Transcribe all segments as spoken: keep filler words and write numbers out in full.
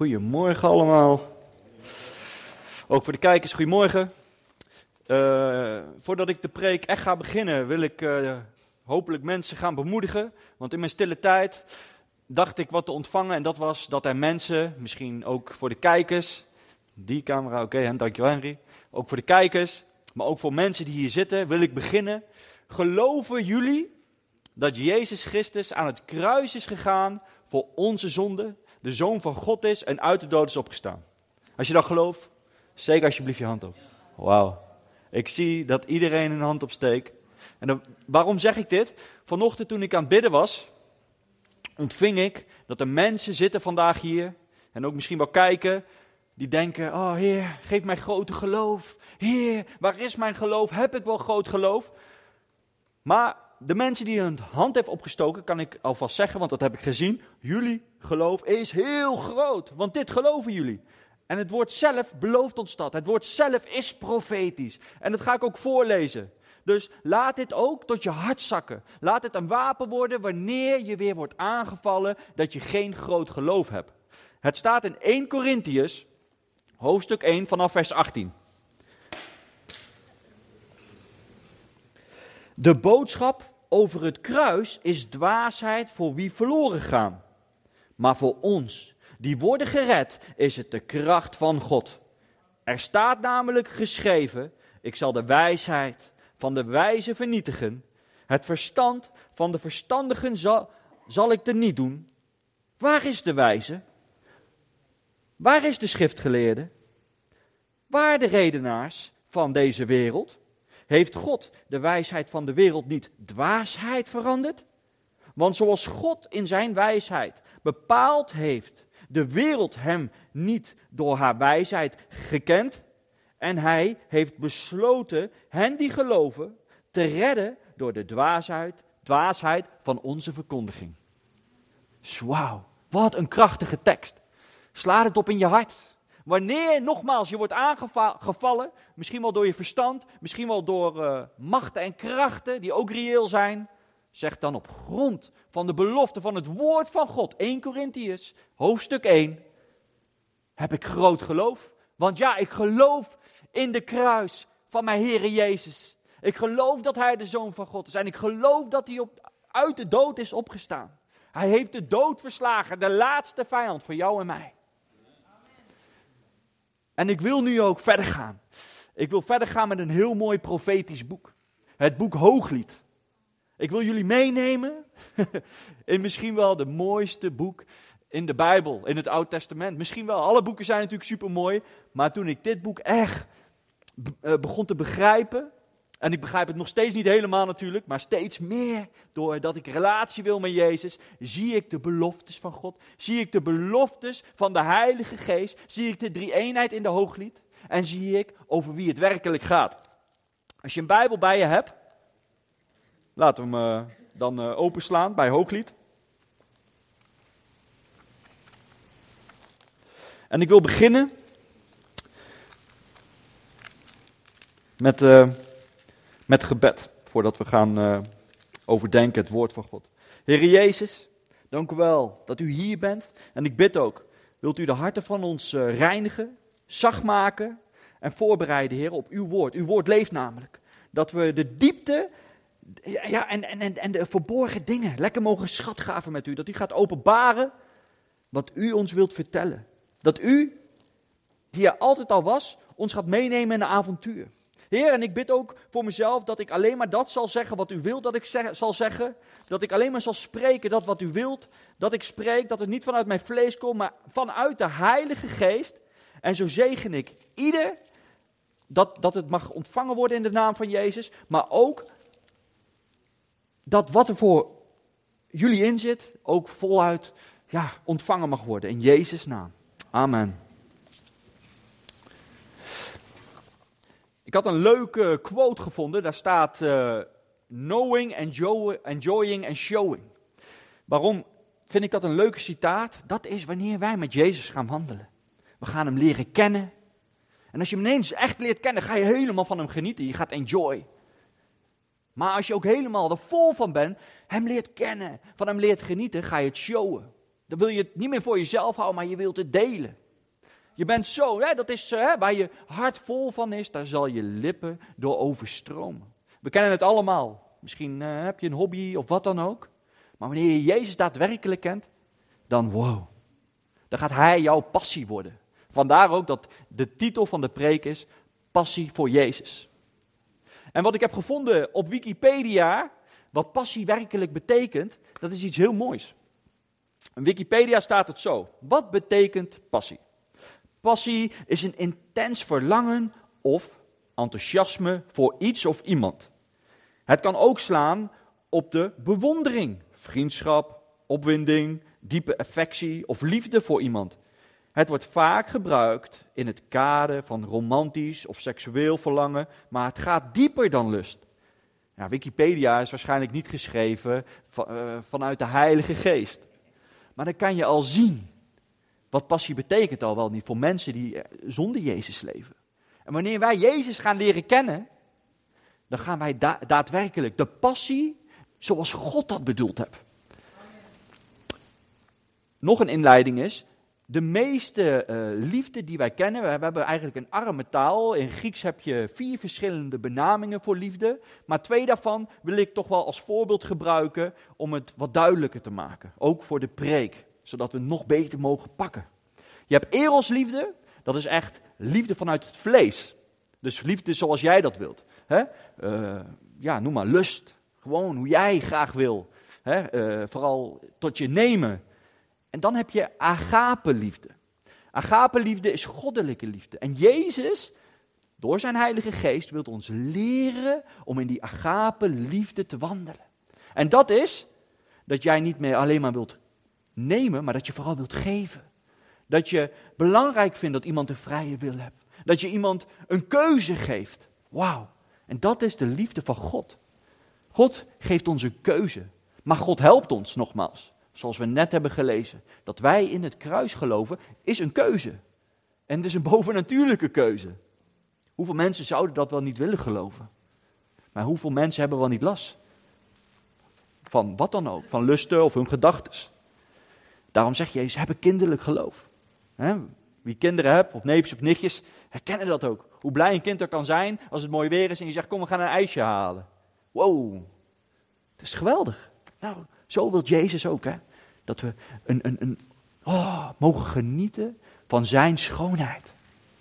Goedemorgen allemaal. Ook voor de kijkers, goedemorgen. Uh, voordat ik de preek echt ga beginnen, wil ik uh, hopelijk mensen gaan bemoedigen. Want in mijn stille tijd dacht ik wat te ontvangen. En dat was dat er mensen, misschien ook voor de kijkers. Die camera, oké, okay, dankjewel Henry. Ook voor de kijkers, maar ook voor mensen die hier zitten, wil ik beginnen. Geloven jullie dat Jezus Christus aan het kruis is gegaan voor onze zonde, de Zoon van God is en uit de dood is opgestaan? Als je dat gelooft, steek alsjeblieft je hand op. Wauw. Ik zie dat iedereen een hand opsteekt. En dan, waarom zeg ik dit? Vanochtend toen ik aan het bidden was, ontving ik dat er mensen zitten vandaag hier, en ook misschien wel kijken, die denken, oh Heer, geef mij grote geloof. Heer, waar is mijn geloof? Heb ik wel groot geloof? Maar de mensen die hun hand hebben opgestoken, kan ik alvast zeggen, want dat heb ik gezien. Jullie geloof is heel groot, want dit geloven jullie. En het woord zelf belooft ons dat. Het woord zelf is profetisch. En dat ga ik ook voorlezen. Dus laat dit ook tot je hart zakken. Laat het een wapen worden wanneer je weer wordt aangevallen dat je geen groot geloof hebt. Het staat in eerste Korintiërs, hoofdstuk één, vanaf vers achttien. De boodschap over het kruis is dwaasheid voor wie verloren gaan. Maar voor ons, die worden gered, is het de kracht van God. Er staat namelijk geschreven, ik zal de wijsheid van de wijze vernietigen. Het verstand van de verstandigen zal, zal ik teniet doen. Waar is de wijze? Waar is de schriftgeleerde? Waar de redenaars van deze wereld? Heeft God de wijsheid van de wereld niet dwaasheid veranderd? Want zoals God in zijn wijsheid bepaald heeft, de wereld hem niet door haar wijsheid gekend, en hij heeft besloten hen die geloven te redden door de dwaasheid, dwaasheid van onze verkondiging. Wauw, wat een krachtige tekst. Sla het op in je hart. Wanneer, nogmaals, je wordt aangevallen, misschien wel door je verstand, misschien wel door uh, machten en krachten die ook reëel zijn, zeg dan op grond van de belofte van het woord van God, eerste Korintiërs, hoofdstuk één, heb ik groot geloof. Want ja, ik geloof in de kruis van mijn Heere Jezus. Ik geloof dat Hij de Zoon van God is en ik geloof dat Hij op, uit de dood is opgestaan. Hij heeft de dood verslagen, de laatste vijand voor jou en mij. En ik wil nu ook verder gaan. Ik wil verder gaan met een heel mooi profetisch boek. Het boek Hooglied. Ik wil jullie meenemen in misschien wel de mooiste boek in de Bijbel, in het Oude Testament. Misschien wel, alle boeken zijn natuurlijk super mooi. Maar toen ik dit boek echt uh, begon te begrijpen, en ik begrijp het nog steeds niet helemaal natuurlijk, maar steeds meer doordat ik relatie wil met Jezus, zie ik de beloftes van God. Zie ik de beloftes van de Heilige Geest. Zie ik de drie-eenheid in de Hooglied. En zie ik over wie het werkelijk gaat. Als je een Bijbel bij je hebt, laten we hem uh, dan uh, openslaan bij Hooglied. En ik wil beginnen met, uh, met gebed, voordat we gaan uh, overdenken het woord van God. Heere Jezus, dank u wel dat u hier bent. En ik bid ook, wilt u de harten van ons uh, reinigen, zacht maken en voorbereiden, Heer, op uw woord. Uw woord leeft namelijk. Dat we de diepte ja, en, en, en de verborgen dingen lekker mogen schatgraven met u. Dat u gaat openbaren wat u ons wilt vertellen. Dat u, die er altijd al was, ons gaat meenemen in een avontuur. Heer, en ik bid ook voor mezelf dat ik alleen maar dat zal zeggen wat u wilt dat ik zeg, zal zeggen. Dat ik alleen maar zal spreken dat wat u wilt dat ik spreek. Dat het niet vanuit mijn vlees komt, maar vanuit de Heilige Geest. En zo zegen ik ieder dat, dat het mag ontvangen worden in de naam van Jezus. Maar ook dat wat er voor jullie in zit, ook voluit ja, ontvangen mag worden. In Jezus' naam. Amen. Ik had een leuke quote gevonden. Daar staat uh, knowing, enjoy, enjoying and showing. Waarom vind ik dat een leuke citaat? Dat is wanneer wij met Jezus gaan wandelen. We gaan hem leren kennen. En als je hem ineens echt leert kennen, ga je helemaal van hem genieten. Je gaat enjoy. Maar als je ook helemaal er vol van bent, hem leert kennen, van hem leert genieten, ga je het showen. Dan wil je het niet meer voor jezelf houden, maar je wilt het delen. Je bent zo, hè, dat is hè, waar je hart vol van is, daar zal je lippen door overstromen. We kennen het allemaal. Misschien uh, heb je een hobby of wat dan ook. Maar wanneer je Jezus daadwerkelijk kent, dan wow. Dan gaat Hij jouw passie worden. Vandaar ook dat de titel van de preek is Passie voor Jezus. En wat ik heb gevonden op Wikipedia, wat passie werkelijk betekent, dat is iets heel moois. In Wikipedia staat het zo. Wat betekent passie? Passie is een intens verlangen of enthousiasme voor iets of iemand. Het kan ook slaan op de bewondering, vriendschap, opwinding, diepe affectie of liefde voor iemand. Het wordt vaak gebruikt in het kader van romantisch of seksueel verlangen, maar het gaat dieper dan lust. Ja, Wikipedia is waarschijnlijk niet geschreven van, uh, vanuit de Heilige Geest. Maar dan kan je al zien wat passie betekent al wel niet voor mensen die zonder Jezus leven. En wanneer wij Jezus gaan leren kennen, dan gaan wij da- daadwerkelijk de passie zoals God dat bedoeld heeft. Nog een inleiding is, de meeste uh, liefde die wij kennen, we hebben eigenlijk een arme taal. In Grieks heb je vier verschillende benamingen voor liefde. Maar twee daarvan wil ik toch wel als voorbeeld gebruiken om het wat duidelijker te maken. Ook voor de preek, zodat we het nog beter mogen pakken. Je hebt erosliefde, dat is echt liefde vanuit het vlees. Dus liefde zoals jij dat wilt. Hè? Uh, ja, noem maar lust. Gewoon hoe jij graag wil. Hè? Uh, vooral tot je nemen. En dan heb je agape-liefde. Agape-liefde is goddelijke liefde. En Jezus, door zijn Heilige Geest, wil ons leren om in die agape-liefde te wandelen. En dat is dat jij niet meer alleen maar wilt nemen, maar dat je vooral wilt geven. Dat je belangrijk vindt dat iemand een vrije wil heeft. Dat je iemand een keuze geeft. Wauw. En dat is de liefde van God. God geeft ons een keuze. Maar God helpt ons nogmaals. Zoals we net hebben gelezen. Dat wij in het kruis geloven is een keuze. En het is een bovennatuurlijke keuze. Hoeveel mensen zouden dat wel niet willen geloven? Maar hoeveel mensen hebben wel niet last? Van wat dan ook. Van lusten of hun gedachtes. Daarom zegt Jezus, heb een kinderlijk geloof. He? Wie kinderen hebt, of neefjes of nichtjes, herkennen dat ook. Hoe blij een kind er kan zijn als het mooi weer is en je zegt, kom we gaan een ijsje halen. Wow, het is geweldig. Nou, zo wil Jezus ook, hè. Dat we een, een, een, oh, mogen genieten van zijn schoonheid.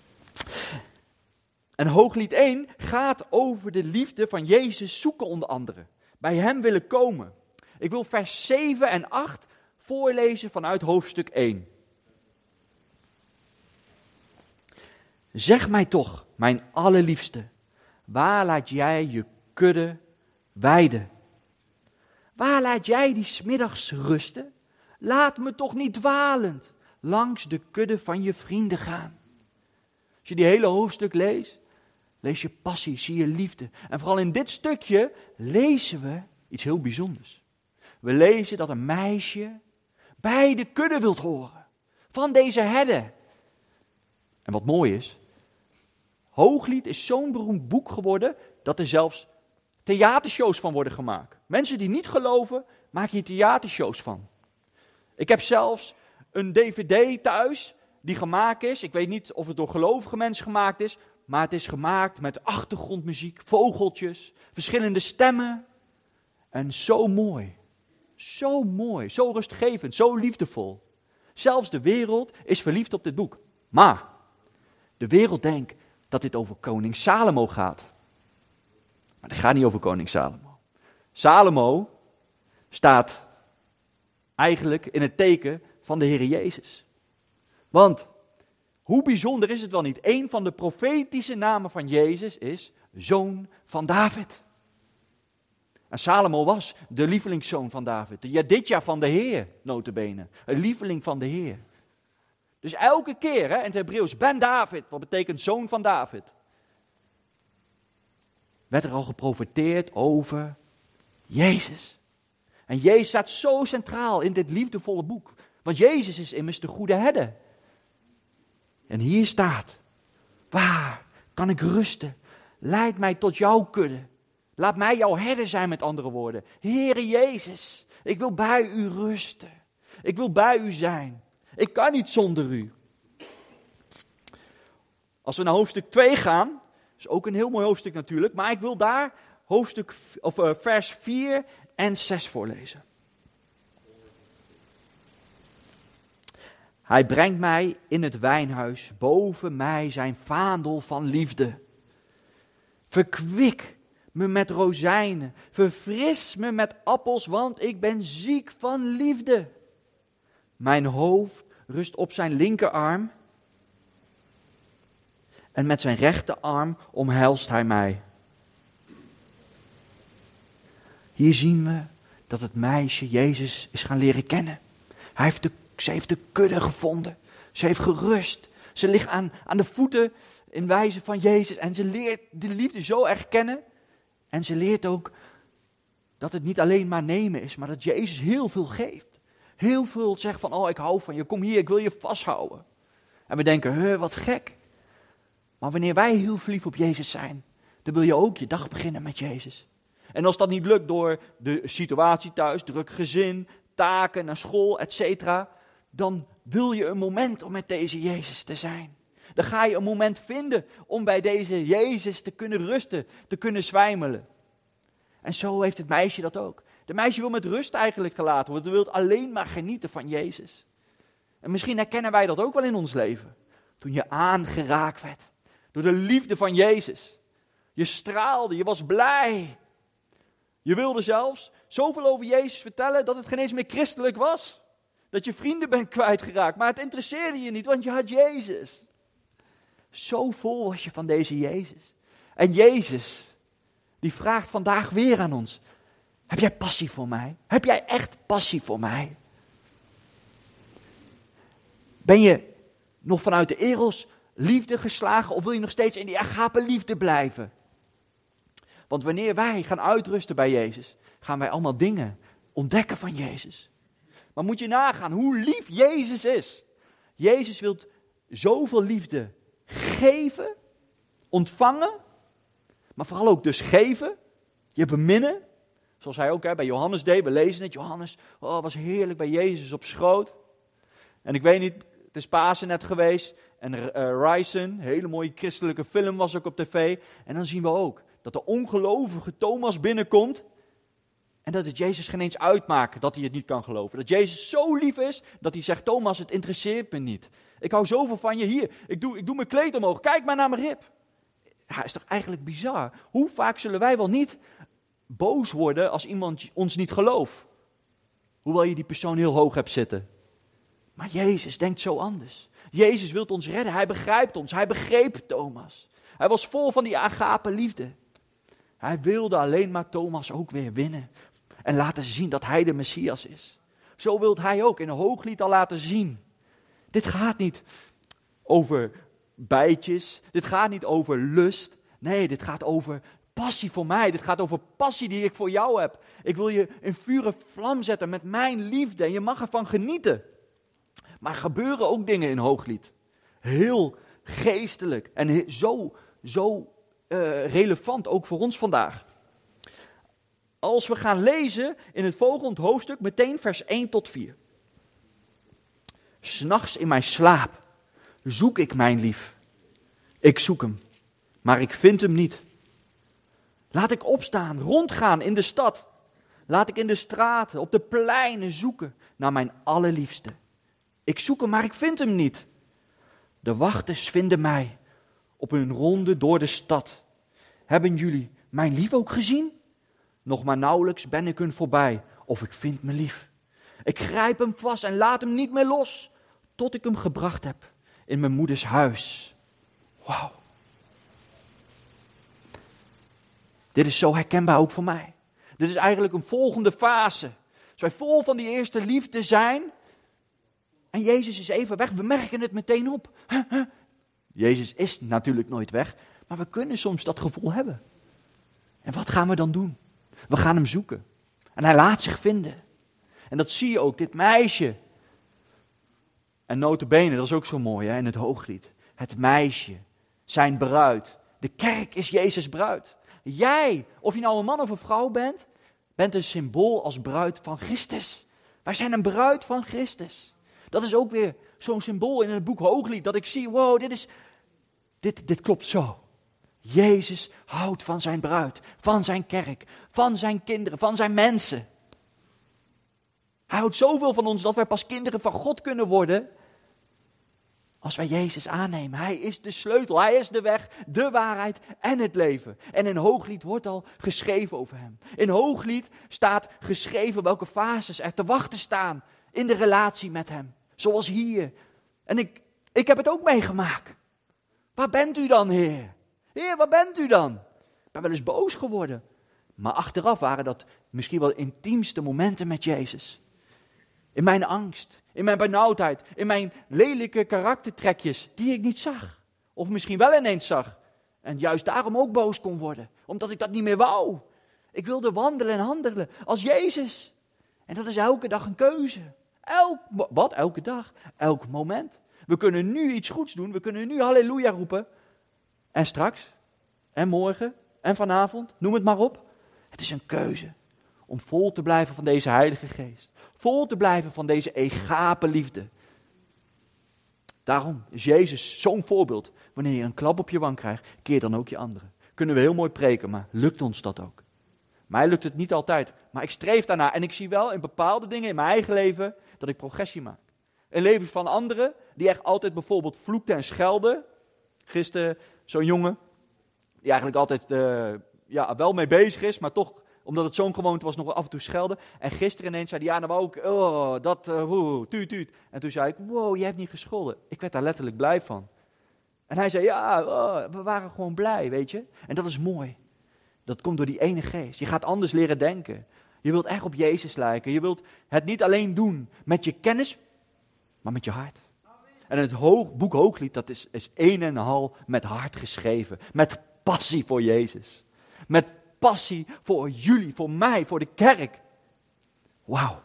En Hooglied één gaat over de liefde van Jezus zoeken onder andere. Bij hem willen komen. Ik wil vers zeven en acht voorlezen vanuit hoofdstuk één. Zeg mij toch, mijn allerliefste, waar laat jij je kudde weiden? Waar laat jij die 's middags rusten? Laat me toch niet dwalend langs de kudde van je vrienden gaan. Als je die hele hoofdstuk leest, lees je passie, zie je liefde. En vooral in dit stukje lezen we iets heel bijzonders. We lezen dat een meisje bij de kudde wilt horen van deze herder. En wat mooi is, Hooglied is zo'n beroemd boek geworden dat er zelfs theatershows van worden gemaakt. Mensen die niet geloven, maak je theatershows van. Ik heb zelfs een dvd thuis die gemaakt is. Ik weet niet of het door gelovige mensen gemaakt is, maar het is gemaakt met achtergrondmuziek, vogeltjes, verschillende stemmen. En zo mooi, zo mooi, zo rustgevend, zo liefdevol. Zelfs de wereld is verliefd op dit boek. Maar de wereld denkt dat dit over koning Salomo gaat. Maar het gaat niet over koning Salomo. Salomo staat eigenlijk in het teken van de Heer Jezus. Want hoe bijzonder is het wel niet? Een van de profetische namen van Jezus is zoon van David. En Salomo was de lievelingszoon van David. De Jedidja van de Heer, nota bene. Een lieveling van de Heer. Dus elke keer hè, in het Hebreeuws, ben David, wat betekent zoon van David, werd er al geprofeteerd over Jezus. En Jezus staat zo centraal in dit liefdevolle boek. Want Jezus is immers de goede herder. En hier staat, waar kan ik rusten? Leid mij tot jouw kudde. Laat mij jouw herder zijn, met andere woorden. Heere Jezus, ik wil bij u rusten. Ik wil bij u zijn. Ik kan niet zonder u. Als we naar hoofdstuk twee gaan, is ook een heel mooi hoofdstuk natuurlijk, maar ik wil daar hoofdstuk, of, uh, vers vier en zes voorlezen. Hij brengt mij in het wijnhuis, boven mij zijn vaandel van liefde. Verkwik me met rozijnen, verfris me met appels, want ik ben ziek van liefde. Mijn hoofd rust op zijn linkerarm en met zijn rechterarm omhelst hij mij. Hier zien we dat het meisje Jezus is gaan leren kennen. Hij heeft de, ze heeft de kudde gevonden. Ze heeft gerust. Ze ligt aan, aan de voeten in wijze van Jezus. En ze leert de liefde zo erg kennen. En ze leert ook dat het niet alleen maar nemen is, maar dat Jezus heel veel geeft. Heel veel zegt van, oh ik hou van je, kom hier, ik wil je vasthouden. En we denken, huh, wat gek. Maar wanneer wij heel verliefd op Jezus zijn, dan wil je ook je dag beginnen met Jezus. En als dat niet lukt door de situatie thuis, druk gezin, taken, naar school, et cetera, dan wil je een moment om met deze Jezus te zijn. Dan ga je een moment vinden om bij deze Jezus te kunnen rusten, te kunnen zwijmelen. En zo heeft het meisje dat ook. De meisje wil met rust eigenlijk gelaten worden. Ze wil alleen maar genieten van Jezus. En misschien herkennen wij dat ook wel in ons leven. Toen je aangeraakt werd door de liefde van Jezus. Je straalde, je was blij. Je wilde zelfs zoveel over Jezus vertellen dat het geen eens meer christelijk was. Dat je vrienden bent kwijtgeraakt, maar het interesseerde je niet, want je had Jezus. Zo vol was je van deze Jezus. En Jezus, die vraagt vandaag weer aan ons. Heb jij passie voor mij? Heb jij echt passie voor mij? Ben je nog vanuit de eros liefde geslagen of wil je nog steeds in die agape liefde blijven? Want wanneer wij gaan uitrusten bij Jezus, gaan wij allemaal dingen ontdekken van Jezus. Maar moet je nagaan hoe lief Jezus is. Jezus wil zoveel liefde geven, ontvangen, maar vooral ook dus geven, je beminnen. Zoals hij ook hè, bij Johannes deed, we lezen het, Johannes oh, was heerlijk bij Jezus op schoot. En ik weet niet, het is Pasen net geweest en uh, Ryzen, een hele mooie christelijke film was ook op tv. En dan zien we ook dat de ongelovige Thomas binnenkomt en dat het Jezus geen eens uitmaakt dat hij het niet kan geloven. Dat Jezus zo lief is dat hij zegt, Thomas, het interesseert me niet. Ik hou zoveel van je hier. Ik doe, ik doe mijn kleed omhoog. Kijk maar naar mijn rib. Ja, is toch eigenlijk bizar. Hoe vaak zullen wij wel niet boos worden als iemand ons niet gelooft? Hoewel je die persoon heel hoog hebt zitten. Maar Jezus denkt zo anders. Jezus wil ons redden. Hij begrijpt ons. Hij begreep Thomas. Hij was vol van die agape liefde. Hij wilde alleen maar Thomas ook weer winnen. En laten zien dat hij de Messias is. Zo wil hij ook in een hooglied al laten zien. Dit gaat niet over bijtjes. Dit gaat niet over lust. Nee, dit gaat over passie voor mij. Dit gaat over passie die ik voor jou heb. Ik wil je in vuur en vlam zetten met mijn liefde. En je mag ervan genieten. Maar er gebeuren ook dingen in hooglied. Heel geestelijk. En he- zo, zo uh, relevant ook voor ons vandaag. Als we gaan lezen in het volgende hoofdstuk, meteen vers één tot vier. 'S'nachts in mijn slaap zoek ik mijn lief. Ik zoek hem, maar ik vind hem niet. Laat ik opstaan, rondgaan in de stad. Laat ik in de straten, op de pleinen zoeken naar mijn allerliefste. Ik zoek hem, maar ik vind hem niet. De wachters vinden mij op hun ronde door de stad. Hebben jullie mijn lief ook gezien? Nog maar nauwelijks ben ik hun voorbij, of ik vind me lief. Ik grijp hem vast en laat hem niet meer los, tot ik hem gebracht heb in mijn moeders huis. Wauw. Dit is zo herkenbaar ook voor mij. Dit is eigenlijk een volgende fase. Als wij vol van die eerste liefde zijn, en Jezus is even weg, we merken het meteen op. Huh, huh. Jezus is natuurlijk nooit weg, maar we kunnen soms dat gevoel hebben. En wat gaan we dan doen? We gaan hem zoeken. En hij laat zich vinden. En dat zie je ook, dit meisje. En nota bene, dat is ook zo mooi hè, in het hooglied. Het meisje, zijn bruid. De kerk is Jezus' bruid. Jij, of je nou een man of een vrouw bent, bent een symbool als bruid van Christus. Wij zijn een bruid van Christus. Dat is ook weer zo'n symbool in het boek Hooglied, dat ik zie, wow, dit is, dit, dit klopt zo. Jezus houdt van zijn bruid, van zijn kerk, van zijn kinderen, van zijn mensen. Hij houdt zoveel van ons dat wij pas kinderen van God kunnen worden als wij Jezus aannemen. Hij is de sleutel, hij is de weg, de waarheid en het leven. En in Hooglied wordt al geschreven over hem. In Hooglied staat geschreven welke fases er te wachten staan in de relatie met hem. Zoals hier. En ik, ik heb het ook meegemaakt. Waar bent u dan, Heer? Heer, waar bent u dan? Ik ben wel eens boos geworden. Maar achteraf waren dat misschien wel de intiemste momenten met Jezus. In mijn angst, in mijn benauwdheid, in mijn lelijke karaktertrekjes die ik niet zag. Of misschien wel ineens zag. En juist daarom ook boos kon worden. Omdat ik dat niet meer wou. Ik wilde wandelen en handelen als Jezus. En dat is elke dag een keuze. Elk, wat? Elke dag? Elk moment. We kunnen nu iets goeds doen. We kunnen nu halleluja roepen. En straks. En morgen. En vanavond. Noem het maar op. Het is een keuze. Om vol te blijven van deze Heilige Geest. Vol te blijven van deze egape liefde. Daarom is Jezus zo'n voorbeeld. Wanneer je een klap op je wang krijgt, keer dan ook je andere. Kunnen we heel mooi preken, maar lukt ons dat ook? Mij lukt het niet altijd, maar ik streef daarna. En ik zie wel in bepaalde dingen in mijn eigen leven dat ik progressie maak. In levens van anderen, die echt altijd bijvoorbeeld vloekten en schelden. Gisteren zo'n jongen, die eigenlijk altijd uh, ja, wel mee bezig is, maar toch, omdat het zo'n gewoonte was, nog wel af en toe schelden. En gisteren ineens zei hij, ja, nou wou ik, oh, dat, uh, woe, tuut, tuut. En toen zei ik, wow, je hebt niet gescholden. Ik werd daar letterlijk blij van. En hij zei, ja, oh, we waren gewoon blij, weet je. En dat is mooi. Dat komt door die ene geest. Je gaat anders leren denken. Je wilt echt op Jezus lijken. Je wilt het niet alleen doen met je kennis, maar met je hart. En het hoog, boek Hooglied, dat is, is een en al met hart geschreven. Met passie voor Jezus. Met passie voor jullie, voor mij, voor de kerk. Wauw.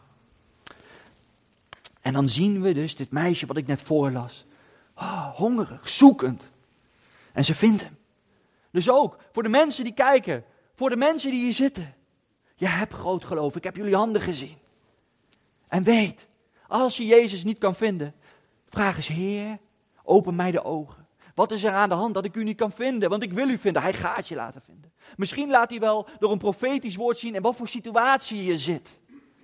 En dan zien we dus dit meisje wat ik net voorlas. Oh, hongerig, zoekend. En ze vindt hem. Dus ook voor de mensen die kijken, voor de mensen die hier zitten. Je hebt groot geloof, ik heb jullie handen gezien. En weet, als je Jezus niet kan vinden, vraag eens, Heer, open mij de ogen. Wat is er aan de hand dat ik u niet kan vinden? Want ik wil u vinden, hij gaat je laten vinden. Misschien laat hij wel door een profetisch woord zien in wat voor situatie je zit.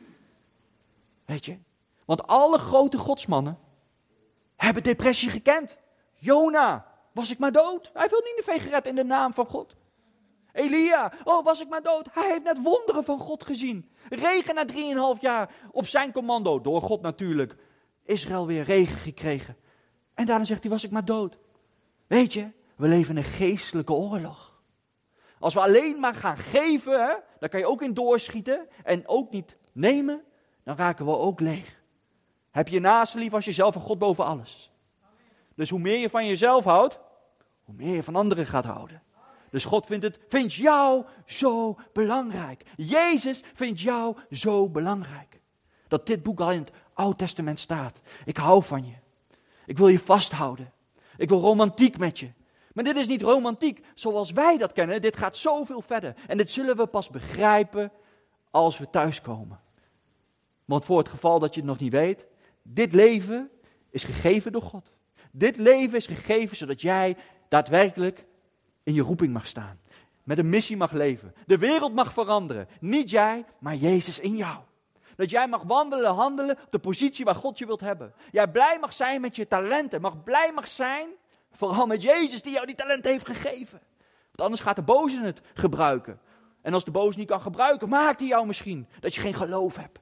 Weet je, want alle grote godsmannen hebben depressie gekend. Jona, was ik maar dood? Hij heeft Nineve gered in de naam van God. Elia, oh was ik maar dood? Hij heeft net wonderen van God gezien. Regen na drieënhalf jaar op zijn commando, door God natuurlijk. Israël weer regen gekregen. En daarna zegt hij, was ik maar dood. Weet je, we leven in een geestelijke oorlog. Als we alleen maar gaan geven, hè, daar kan je ook in doorschieten en ook niet nemen, dan raken we ook leeg. Heb je naaste lief als jezelf en God boven alles. Dus hoe meer je van jezelf houdt, hoe meer je van anderen gaat houden. Dus God vindt het, vindt jou zo belangrijk. Jezus vindt jou zo belangrijk. Dat dit boek al in het Oude Testament staat. Ik hou van je. Ik wil je vasthouden. Ik wil romantiek met je. Maar dit is niet romantiek zoals wij dat kennen. Dit gaat zoveel verder. En dit zullen we pas begrijpen als we thuiskomen. Want voor het geval dat je het nog niet weet, dit leven is gegeven door God. Dit leven is gegeven zodat jij daadwerkelijk in je roeping mag staan. Met een missie mag leven. De wereld mag veranderen. Niet jij, maar Jezus in jou. Dat jij mag wandelen, handelen op de positie waar God je wilt hebben. Jij blij mag zijn met je talenten. Mag blij mag zijn, vooral met Jezus die jou die talenten heeft gegeven. Want anders gaat de boze het gebruiken. En als de boze niet kan gebruiken, maakt hij jou misschien dat je geen geloof hebt.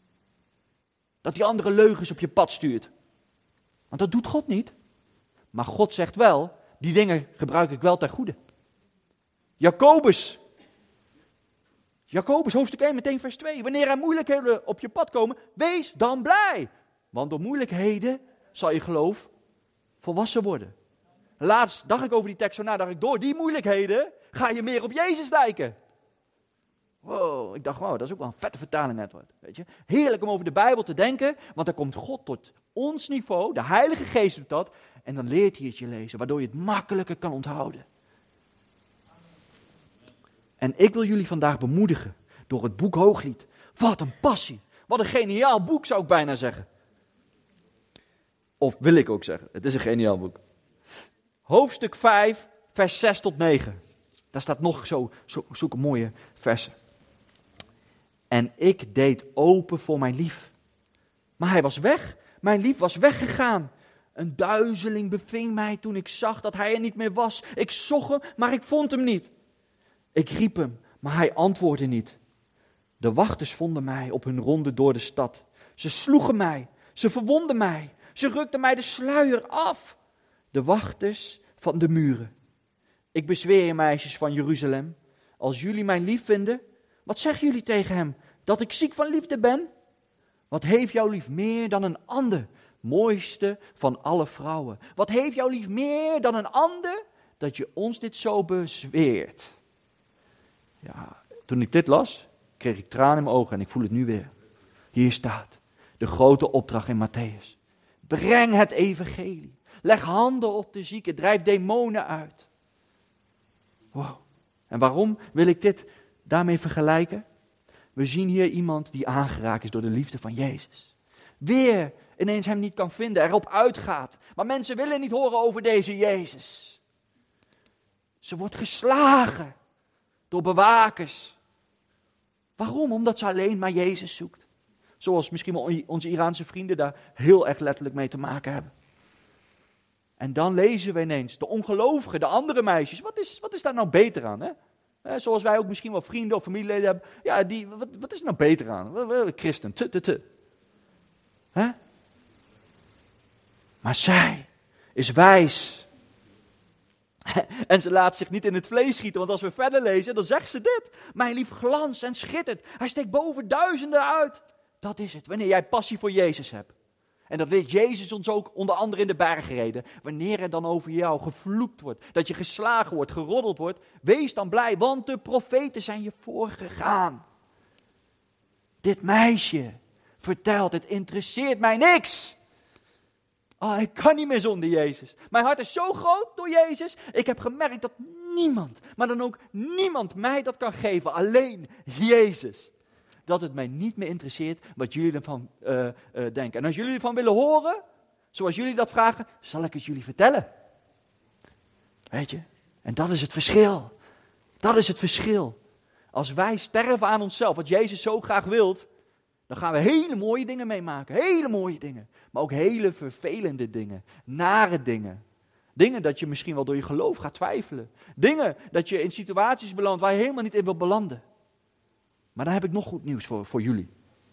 Dat hij andere leugens op je pad stuurt. Want dat doet God niet. Maar God zegt wel, die dingen gebruik ik wel ten goede. Jacobus. Jacobus hoofdstuk één meteen vers twee. Wanneer er moeilijkheden op je pad komen, wees dan blij. Want door moeilijkheden zal je geloof volwassen worden. Laatst dacht ik over die tekst zo na, dacht ik, door die moeilijkheden ga je meer op Jezus lijken. Wow, ik dacht, wow, dat is ook wel een vette vertaling net wat. Weet je? Heerlijk om over de Bijbel te denken, want dan komt God tot ons niveau, de Heilige Geest doet dat, en dan leert hij het je lezen, waardoor je het makkelijker kan onthouden. En ik wil jullie vandaag bemoedigen door het boek Hooglied. Wat een passie, Wat een geniaal boek, zou ik bijna zeggen. Of wil ik ook zeggen, het is een geniaal boek. Hoofdstuk vijf, vers zes tot negen. Daar staat nog zo, zo, zulke mooie versen. En ik deed open voor mijn lief. Maar hij was weg. Mijn lief was weggegaan. Een duizeling beving mij toen ik zag dat hij er niet meer was. Ik zocht hem, maar ik vond hem niet. Ik riep hem, maar hij antwoordde niet. De wachters vonden mij op hun ronde door de stad. Ze sloegen mij, ze verwonden mij. Ze rukten mij de sluier af. De wachters van de muren. Ik bezweer je, meisjes van Jeruzalem. Als jullie mij lief vinden, wat zeggen jullie tegen hem? Dat ik ziek van liefde ben? Wat heeft jouw lief meer dan een ander? Mooiste van alle vrouwen. Wat heeft jouw lief meer dan een ander? Dat je ons dit zo bezweert. Ja, toen ik dit las, kreeg ik tranen in mijn ogen en ik voel het nu weer. Hier staat de grote opdracht in Matthäus. Breng het evangelie. Leg handen op de zieken. Drijf demonen uit. Wow. En waarom wil ik dit daarmee vergelijken? We zien hier iemand die aangeraakt is door de liefde van Jezus. Weer ineens hem niet kan vinden, erop uitgaat. Maar mensen willen niet horen over deze Jezus. Ze wordt geslagen door bewakers. Waarom? Omdat ze alleen maar Jezus zoekt. Zoals misschien wel onze Iraanse vrienden daar heel erg letterlijk mee te maken hebben. En dan lezen we ineens de ongelovigen, de andere meisjes. Wat is, wat is daar nou beter aan? Hè? He, zoals wij ook misschien wel vrienden of familieleden hebben. Ja, die, wat, wat is er nou beter aan? Christen, te, te, te. He? Maar zij is wijs. En ze laat zich niet in het vlees schieten, want als we verder lezen, dan zegt ze dit. Mijn lief glans en schittert. Hij steekt boven duizenden uit. Dat is het, wanneer jij passie voor Jezus hebt. En dat leert Jezus ons ook onder andere in de bergreden. Wanneer er dan over jou gevloekt wordt, dat je geslagen wordt, geroddeld wordt, wees dan blij, want de profeten zijn je voorgegaan. Dit meisje vertelt, het interesseert mij niks. Oh, ik kan niet meer zonder Jezus. Mijn hart is zo groot door Jezus. Ik heb gemerkt dat niemand, maar dan ook niemand mij dat kan geven. Alleen Jezus. Dat het mij niet meer interesseert wat jullie ervan uh, uh, denken. En als jullie ervan willen horen, zoals jullie dat vragen, zal ik het jullie vertellen. Weet je? En dat is het verschil. Dat is het verschil. Als wij sterven aan onszelf, wat Jezus zo graag wilt, dan gaan we hele mooie dingen meemaken. Hele mooie dingen. Maar ook hele vervelende dingen. Nare dingen. Dingen dat je misschien wel door je geloof gaat twijfelen. Dingen dat je in situaties belandt waar je helemaal niet in wil belanden. Maar dan heb ik nog goed nieuws voor, voor jullie.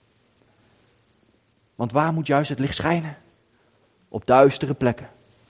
Want waar moet juist het licht schijnen? Op duistere plekken.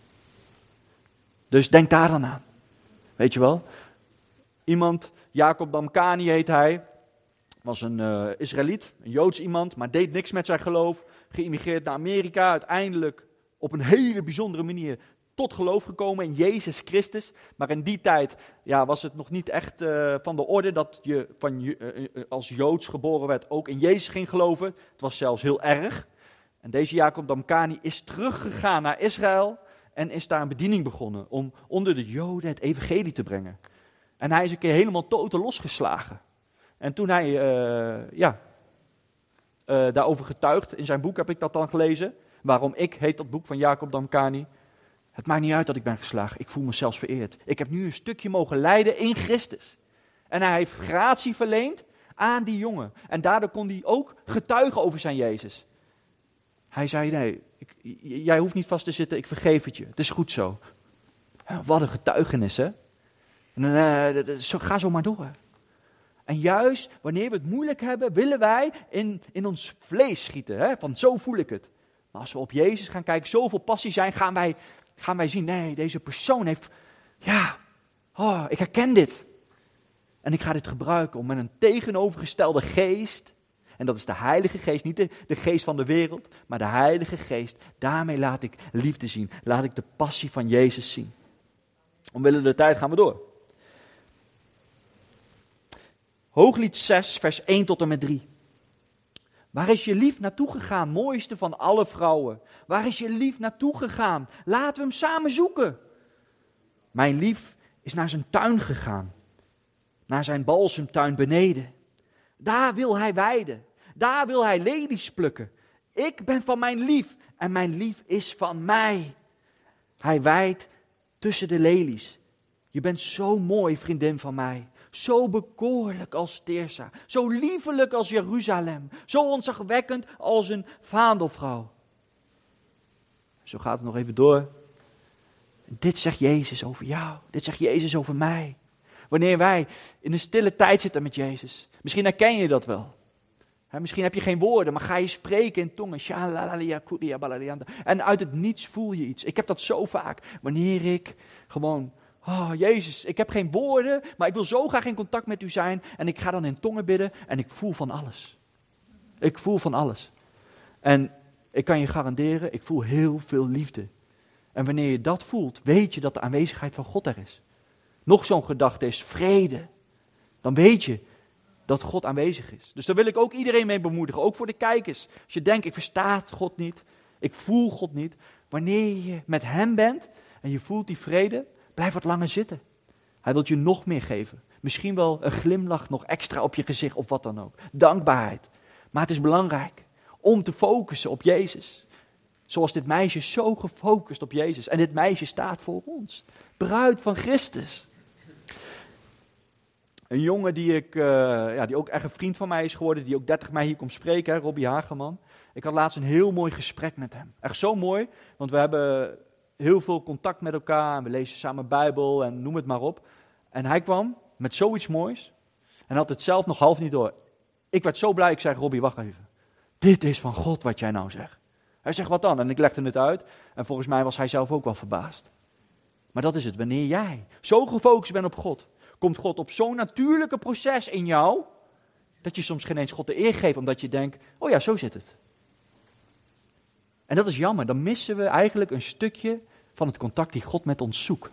Dus denk daar dan aan. Weet je wel? Iemand, Jacob Damkani heet hij. Was een uh, Israëliet, een Joods iemand, maar deed niks met zijn geloof. Geïmigreerd naar Amerika, uiteindelijk op een hele bijzondere manier tot geloof gekomen in Jezus Christus. Maar in die tijd ja, was het nog niet echt uh, van de orde dat je van, uh, uh, als Joods geboren werd ook in Jezus ging geloven. Het was zelfs heel erg. En deze Jacob Damkani is teruggegaan naar Israël en is daar een bediening begonnen om onder de Joden het evangelie te brengen. En hij is een keer helemaal totaal losgeslagen. En toen hij uh, ja, uh, daarover getuigt, in zijn boek heb ik dat dan gelezen. Waarom ik, heet dat boek van Jacob Damkani. Het maakt niet uit dat ik ben geslagen, ik voel me zelfs vereerd. Ik heb nu een stukje mogen lijden in Christus. En hij heeft gratie verleend aan die jongen. En daardoor kon hij ook getuigen over zijn Jezus. Hij zei, nee, ik, jij hoeft niet vast te zitten, ik vergeef het je. Het is goed zo. Wat een getuigenis, hè. En, uh, zo, ga zo maar door. En juist wanneer we het moeilijk hebben, willen wij in, in ons vlees schieten. Hè? Van zo voel ik het. Maar als we op Jezus gaan kijken, zoveel passie zijn, gaan wij, gaan wij zien, nee, deze persoon heeft, ja, oh, ik herken dit. En ik ga dit gebruiken om met een tegenovergestelde geest, en dat is de Heilige Geest, niet de, de geest van de wereld, maar de Heilige Geest, daarmee laat ik liefde zien. Laat ik de passie van Jezus zien. Omwille de tijd gaan we door. Hooglied zes, vers één tot en met drie. Waar is je lief naartoe gegaan, mooiste van alle vrouwen? Waar is je lief naartoe gegaan? Laten we hem samen zoeken. Mijn lief is naar zijn tuin gegaan, naar zijn balsemtuin beneden. Daar wil hij weiden. Daar wil hij lelies plukken. Ik ben van mijn lief en mijn lief is van mij. Hij wijdt tussen de lelies. Je bent zo mooi, vriendin van mij. Zo bekoorlijk als Tirsa. Zo liefelijk als Jeruzalem. Zo ontzagwekkend als een vaandelvrouw. Zo gaat het nog even door. Dit zegt Jezus over jou. Dit zegt Jezus over mij. Wanneer wij in een stille tijd zitten met Jezus. Misschien herken je dat wel. He, misschien heb je geen woorden, maar ga je spreken in tongen. En uit het niets voel je iets. Ik heb dat zo vaak. Wanneer ik gewoon... Oh, Jezus, ik heb geen woorden, maar ik wil zo graag in contact met u zijn. En ik ga dan in tongen bidden en ik voel van alles. Ik voel van alles. En ik kan je garanderen, ik voel heel veel liefde. En wanneer je dat voelt, weet je dat de aanwezigheid van God er is. Nog zo'n gedachte is vrede. Dan weet je dat God aanwezig is. Dus daar wil ik ook iedereen mee bemoedigen, ook voor de kijkers. Als je denkt, ik versta God niet, ik voel God niet. Wanneer je met hem bent en je voelt die vrede, blijf wat langer zitten. Hij wil je nog meer geven. Misschien wel een glimlach nog extra op je gezicht of wat dan ook. Dankbaarheid. Maar het is belangrijk om te focussen op Jezus. Zoals dit meisje zo gefocust op Jezus. En dit meisje staat voor ons. Bruid van Christus. Een jongen die, ik, uh, ja, die ook echt een vriend van mij is geworden. Die ook dertig mei hier komt spreken. Hè, Robbie Hageman. Ik had laatst een heel mooi gesprek met hem. Echt zo mooi. Want we hebben... heel veel contact met elkaar en we lezen samen Bijbel en noem het maar op. En hij kwam met zoiets moois en had het zelf nog half niet door. Ik werd zo blij, ik zei, Robbie, wacht even. Dit is van God wat jij nou zegt. Hij zegt, wat dan? En ik legde het uit en volgens mij was hij zelf ook wel verbaasd. Maar dat is het, wanneer jij zo gefocust bent op God, komt God op zo'n natuurlijke proces in jou, dat je soms geen eens God de eer geeft, omdat je denkt, oh ja, zo zit het. En dat is jammer, dan missen we eigenlijk een stukje van het contact die God met ons zoekt.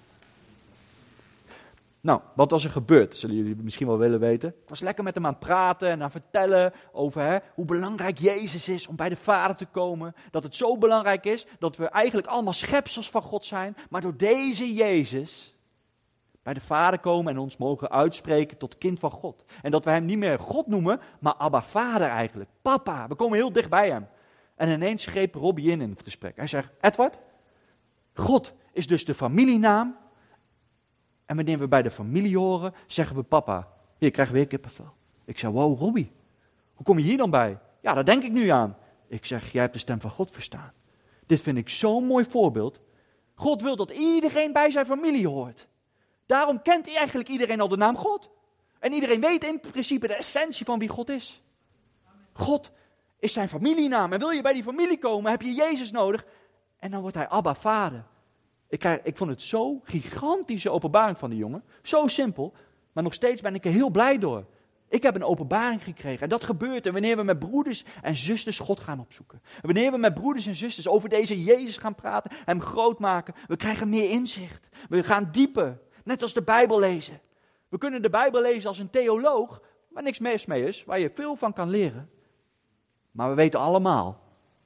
Nou, wat was er gebeurd? Dat zullen jullie misschien wel willen weten. Ik was lekker met hem aan het praten en aan het vertellen over hè, hoe belangrijk Jezus is om bij de Vader te komen. Dat het zo belangrijk is dat we eigenlijk allemaal schepsels van God zijn. Maar door deze Jezus bij de Vader komen en ons mogen uitspreken tot kind van God. En dat we hem niet meer God noemen, maar Abba Vader eigenlijk. Papa, we komen heel dicht bij hem. En ineens greep Robbie in in het gesprek. Hij zegt, Edward, God is dus de familienaam. En wanneer we bij de familie horen, zeggen we papa. Hier, krijg weer kippenvel. Ik zeg, wow Robbie, hoe kom je hier dan bij? Ja, daar denk ik nu aan. Ik zeg, jij hebt de stem van God verstaan. Dit vind ik zo'n mooi voorbeeld. God wil dat iedereen bij zijn familie hoort. Daarom kent eigenlijk iedereen al de naam God. En iedereen weet in principe de essentie van wie God is. God is zijn familienaam. En wil je bij die familie komen, heb je Jezus nodig. En dan wordt hij Abba Vader. Ik, krijg, ik vond het zo gigantische openbaring van die jongen. Zo simpel. Maar nog steeds ben ik er heel blij door. Ik heb een openbaring gekregen. En dat gebeurt en wanneer we met broeders en zusters God gaan opzoeken. En wanneer we met broeders en zusters over deze Jezus gaan praten. Hem groot maken. We krijgen meer inzicht. We gaan dieper. Net als de Bijbel lezen. We kunnen de Bijbel lezen als een theoloog. Waar niks mis mee is. Waar je veel van kan leren. Maar we weten allemaal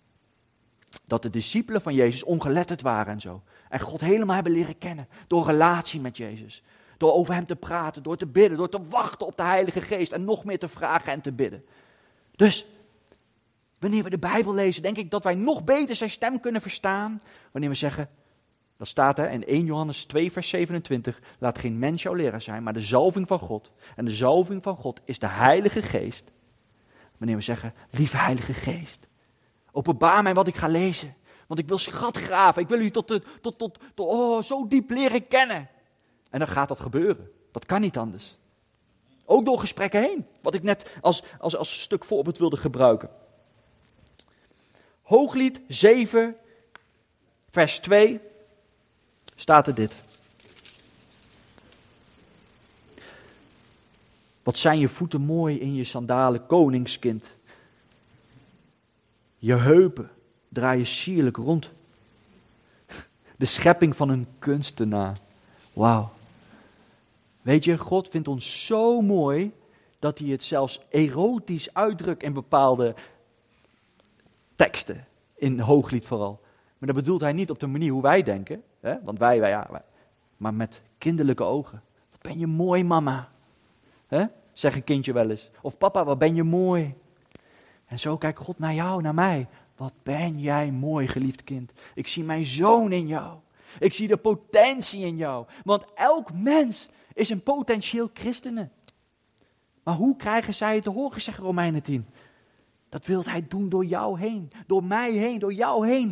dat de discipelen van Jezus ongeletterd waren en zo. En God helemaal hebben leren kennen door relatie met Jezus. Door over hem te praten, door te bidden, door te wachten op de Heilige Geest en nog meer te vragen en te bidden. Dus, wanneer we de Bijbel lezen, denk ik dat wij nog beter zijn stem kunnen verstaan. Wanneer we zeggen, dat staat er in eerste Johannes twee vers zevenentwintig, laat geen mens jouw leraar zijn, maar de zalving van God. En de zalving van God is de Heilige Geest. Wanneer we zeggen, lieve Heilige Geest, openbaar mij wat ik ga lezen. Want ik wil schat graven. Ik wil u tot, de, tot, tot, tot oh, zo diep leren kennen. En dan gaat dat gebeuren. Dat kan niet anders. Ook door gesprekken heen. Wat ik net als, als, als stuk voorbeeld wilde gebruiken. Hooglied zeven, vers twee, staat er dit. Wat zijn je voeten mooi in je sandalen, koningskind. Je heupen draaien sierlijk rond. De schepping van een kunstenaar. Wauw. Weet je, God vindt ons zo mooi dat hij het zelfs erotisch uitdrukt in bepaalde teksten. In Hooglied vooral. Maar dat bedoelt hij niet op de manier hoe wij denken. Hè? Want wij, wij, ja, wij, maar met kinderlijke ogen. Wat ben je mooi, mama. Hè? Zeg een kindje wel eens. Of papa, wat ben je mooi. En zo kijkt God naar jou, naar mij. Wat ben jij mooi, geliefd kind. Ik zie mijn zoon in jou. Ik zie de potentie in jou. Want elk mens is een potentieel christene. Maar hoe krijgen zij het te horen, zegt Romeinen tien? Dat wil hij doen door jou heen. Door mij heen, door jou heen.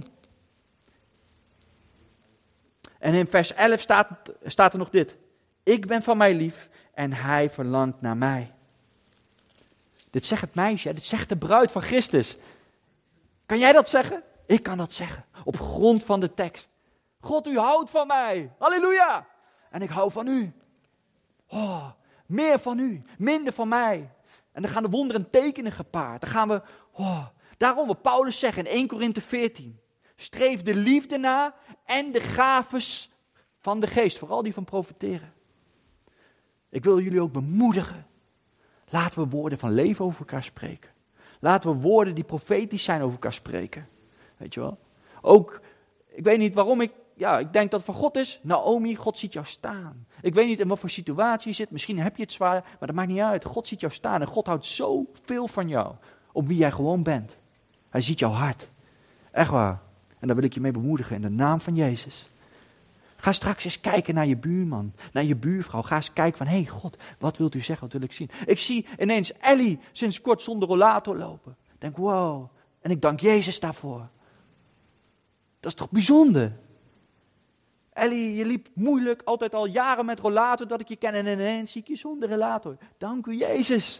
En in vers elf staat, staat er nog dit. Ik ben van mij lief en hij verlangt naar mij. Dit zegt het meisje, dit zegt de bruid van Christus. Kan jij dat zeggen? Ik kan dat zeggen. Op grond van de tekst. God, u houdt van mij. Halleluja. En ik hou van u. Oh, meer van u, minder van mij. En dan gaan de wonderen en tekenen gepaard. Dan gaan we, oh, daarom wat Paulus zegt in Eerste Korinthe veertien. Streef de liefde na en de gaves van de geest. Vooral die van profiteren. Ik wil jullie ook bemoedigen. Laten we woorden van leven over elkaar spreken. Laten we woorden die profetisch zijn over elkaar spreken. Weet je wel? Ook, ik weet niet waarom ik, ja, ik denk dat het van God is. Naomi, God ziet jou staan. Ik weet niet in wat voor situatie je zit. Misschien heb je het zwaar, maar dat maakt niet uit. God ziet jou staan en God houdt zoveel van jou. Op wie jij gewoon bent. Hij ziet jouw hart. Echt waar. En daar wil ik je mee bemoedigen in de naam van Jezus. Ga straks eens kijken naar je buurman, naar je buurvrouw. Ga eens kijken van, hé hey God, wat wilt u zeggen, wat wil ik zien? Ik zie ineens Ellie sinds kort zonder rollator lopen. Ik denk, wow. En ik dank Jezus daarvoor. Dat is toch bijzonder? Ellie, je liep moeilijk, altijd al jaren met rollator dat ik je ken. En ineens zie ik je zonder rollator. Dank u Jezus.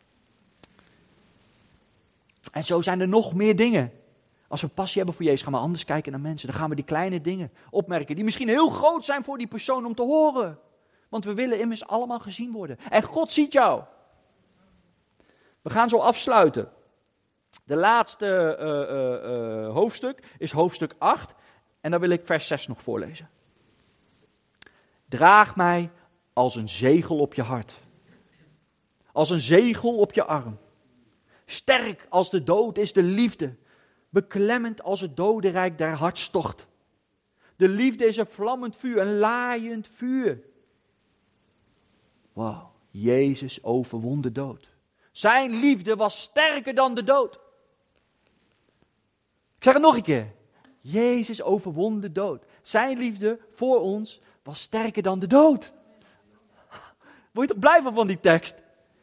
En zo zijn er nog meer dingen. Als we passie hebben voor Jezus, gaan we anders kijken naar mensen. Dan gaan we die kleine dingen opmerken, die misschien heel groot zijn voor die persoon om te horen. Want we willen immers allemaal gezien worden. En God ziet jou. We gaan zo afsluiten. De laatste uh, uh, uh, hoofdstuk is hoofdstuk acht. En dan wil ik vers zes nog voorlezen. Draag mij als een zegel op je hart. Als een zegel op je arm. Sterk als de dood is de liefde. Beklemmend als het dodenrijk der hartstocht. De liefde is een vlammend vuur, een laaiend vuur. Wauw, Jezus overwon de dood. Zijn liefde was sterker dan de dood. Ik zeg het nog een keer. Jezus overwon de dood. Zijn liefde voor ons was sterker dan de dood. Word je toch blij van van die tekst?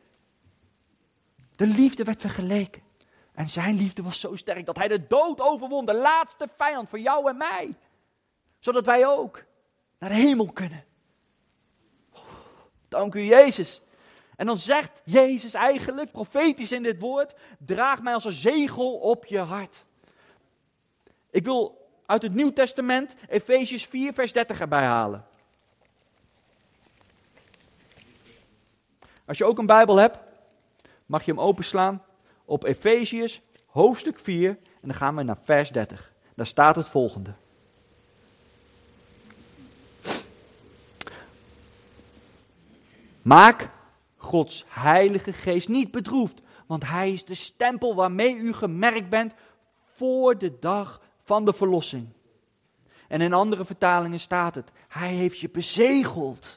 De liefde werd vergeleken. En zijn liefde was zo sterk dat hij de dood overwon. De laatste vijand voor jou en mij. Zodat wij ook naar de hemel kunnen. Dank u Jezus. En dan zegt Jezus eigenlijk, profetisch in dit woord. Draag mij als een zegel op je hart. Ik wil uit het Nieuw Testament Efeziërs vier vers dertig erbij halen. Als je ook een Bijbel hebt, mag je hem openslaan op Efeziërs hoofdstuk vier en dan gaan we naar vers dertig. Daar staat het volgende. Maak Gods heilige geest niet bedroefd, want hij is de stempel waarmee u gemerkt bent voor de dag van de verlossing. En in andere vertalingen staat het, hij heeft je bezegeld.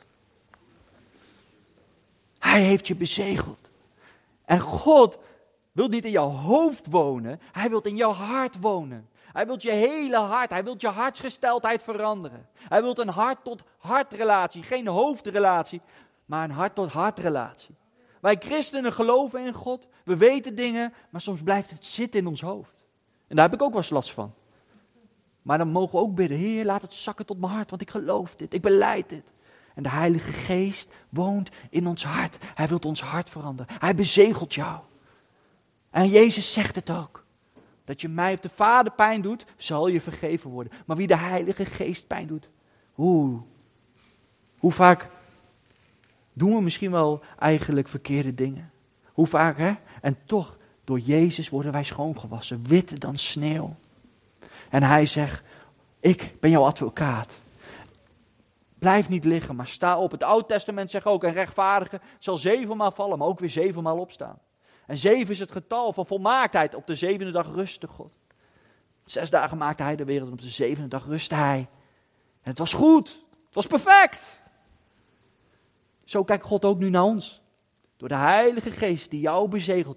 Hij heeft je bezegeld. En God wil niet in jouw hoofd wonen, hij wil in jouw hart wonen. Hij wil je hele hart, hij wil je hartsgesteldheid veranderen. Hij wil een hart-tot-hart relatie, geen hoofdrelatie, maar een hart-tot-hart relatie. Wij christenen geloven in God, we weten dingen, maar soms blijft het zitten in ons hoofd. En daar heb ik ook wel eens last van. Maar dan mogen we ook bidden, Heer, laat het zakken tot mijn hart, want ik geloof dit, ik belijd dit. En de Heilige Geest woont in ons hart. Hij wil ons hart veranderen. Hij bezegelt jou. En Jezus zegt het ook. Dat je mij of de Vader pijn doet, zal je vergeven worden. Maar wie de Heilige Geest pijn doet, oeh, hoe vaak doen we misschien wel eigenlijk verkeerde dingen. Hoe vaak, hè? En toch, door Jezus worden wij schoongewassen, witter dan sneeuw. En hij zegt, ik ben jouw advocaat. Blijf niet liggen, maar sta op. Het Oude Testament zegt ook, een rechtvaardige zal zevenmaal vallen, maar ook weer zevenmaal opstaan. En zeven is het getal van volmaaktheid. Op de zevende dag rustte God. Zes dagen maakte hij de wereld en op de zevende dag rustte hij. En het was goed. Het was perfect. Zo kijkt God ook nu naar ons. Door de Heilige Geest die jou bezegeld heeft.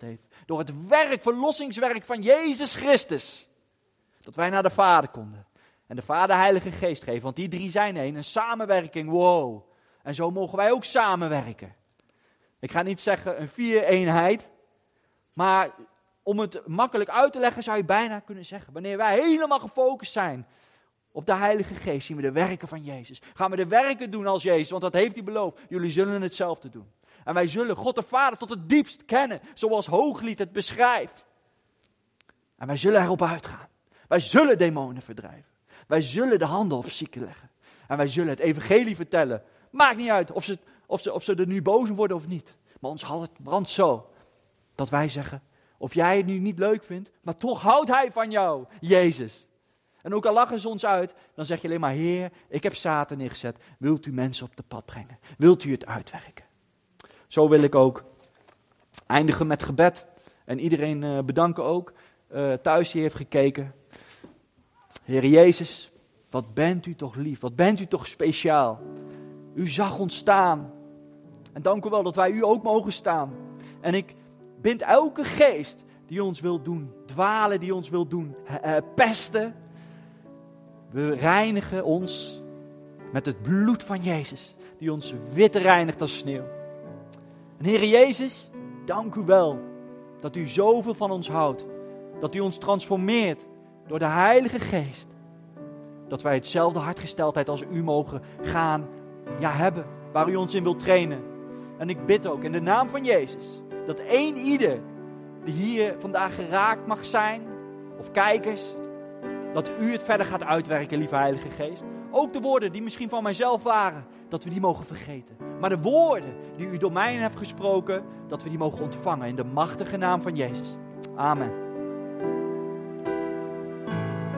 Door het werk, verlossingswerk van Jezus Christus. Dat wij naar de Vader konden. En de Vader Heilige Geest geven. Want die drie zijn één. Een samenwerking, wow. En zo mogen wij ook samenwerken. Ik ga niet zeggen een vier-eenheid. Maar om het makkelijk uit te leggen zou je bijna kunnen zeggen. Wanneer wij helemaal gefocust zijn op de Heilige Geest, zien we de werken van Jezus. Gaan we de werken doen als Jezus, want dat heeft hij beloofd. Jullie zullen hetzelfde doen. En wij zullen God de Vader tot het diepst kennen, zoals Hooglied het beschrijft. En wij zullen erop uitgaan. Wij zullen demonen verdrijven. Wij zullen de handen op zieken leggen. En wij zullen het evangelie vertellen. Maakt niet uit of ze, of ze, of ze er nu boos om worden of niet. Maar ons hart brandt zo, dat wij zeggen, of jij het nu niet leuk vindt, maar toch houdt hij van jou, Jezus. En ook al lachen ze ons uit, dan zeg je alleen maar, Heer, ik heb Satan neergezet. Wilt u mensen op de pad brengen? Wilt u het uitwerken? Zo wil ik ook eindigen met gebed. En iedereen uh, bedanken ook, uh, thuis die heeft gekeken. Heer Jezus, wat bent u toch lief, wat bent u toch speciaal. U zag ons staan. En dank u wel dat wij u ook mogen staan. En ik bind elke geest die ons wil doen dwalen, die ons wil doen uh, pesten. We reinigen ons met het bloed van Jezus, die ons wit reinigt als sneeuw. En Heere Jezus, dank u wel dat u zoveel van ons houdt. Dat u ons transformeert door de Heilige Geest. Dat wij hetzelfde hartgesteldheid als u mogen gaan ja, hebben, waar u ons in wilt trainen. En ik bid ook in de naam van Jezus, dat één ieder die hier vandaag geraakt mag zijn, of kijkers, dat u het verder gaat uitwerken, lieve Heilige Geest. Ook de woorden die misschien van mijzelf waren, dat we die mogen vergeten. Maar de woorden die u door mij hebt gesproken, dat we die mogen ontvangen in de machtige naam van Jezus. Amen.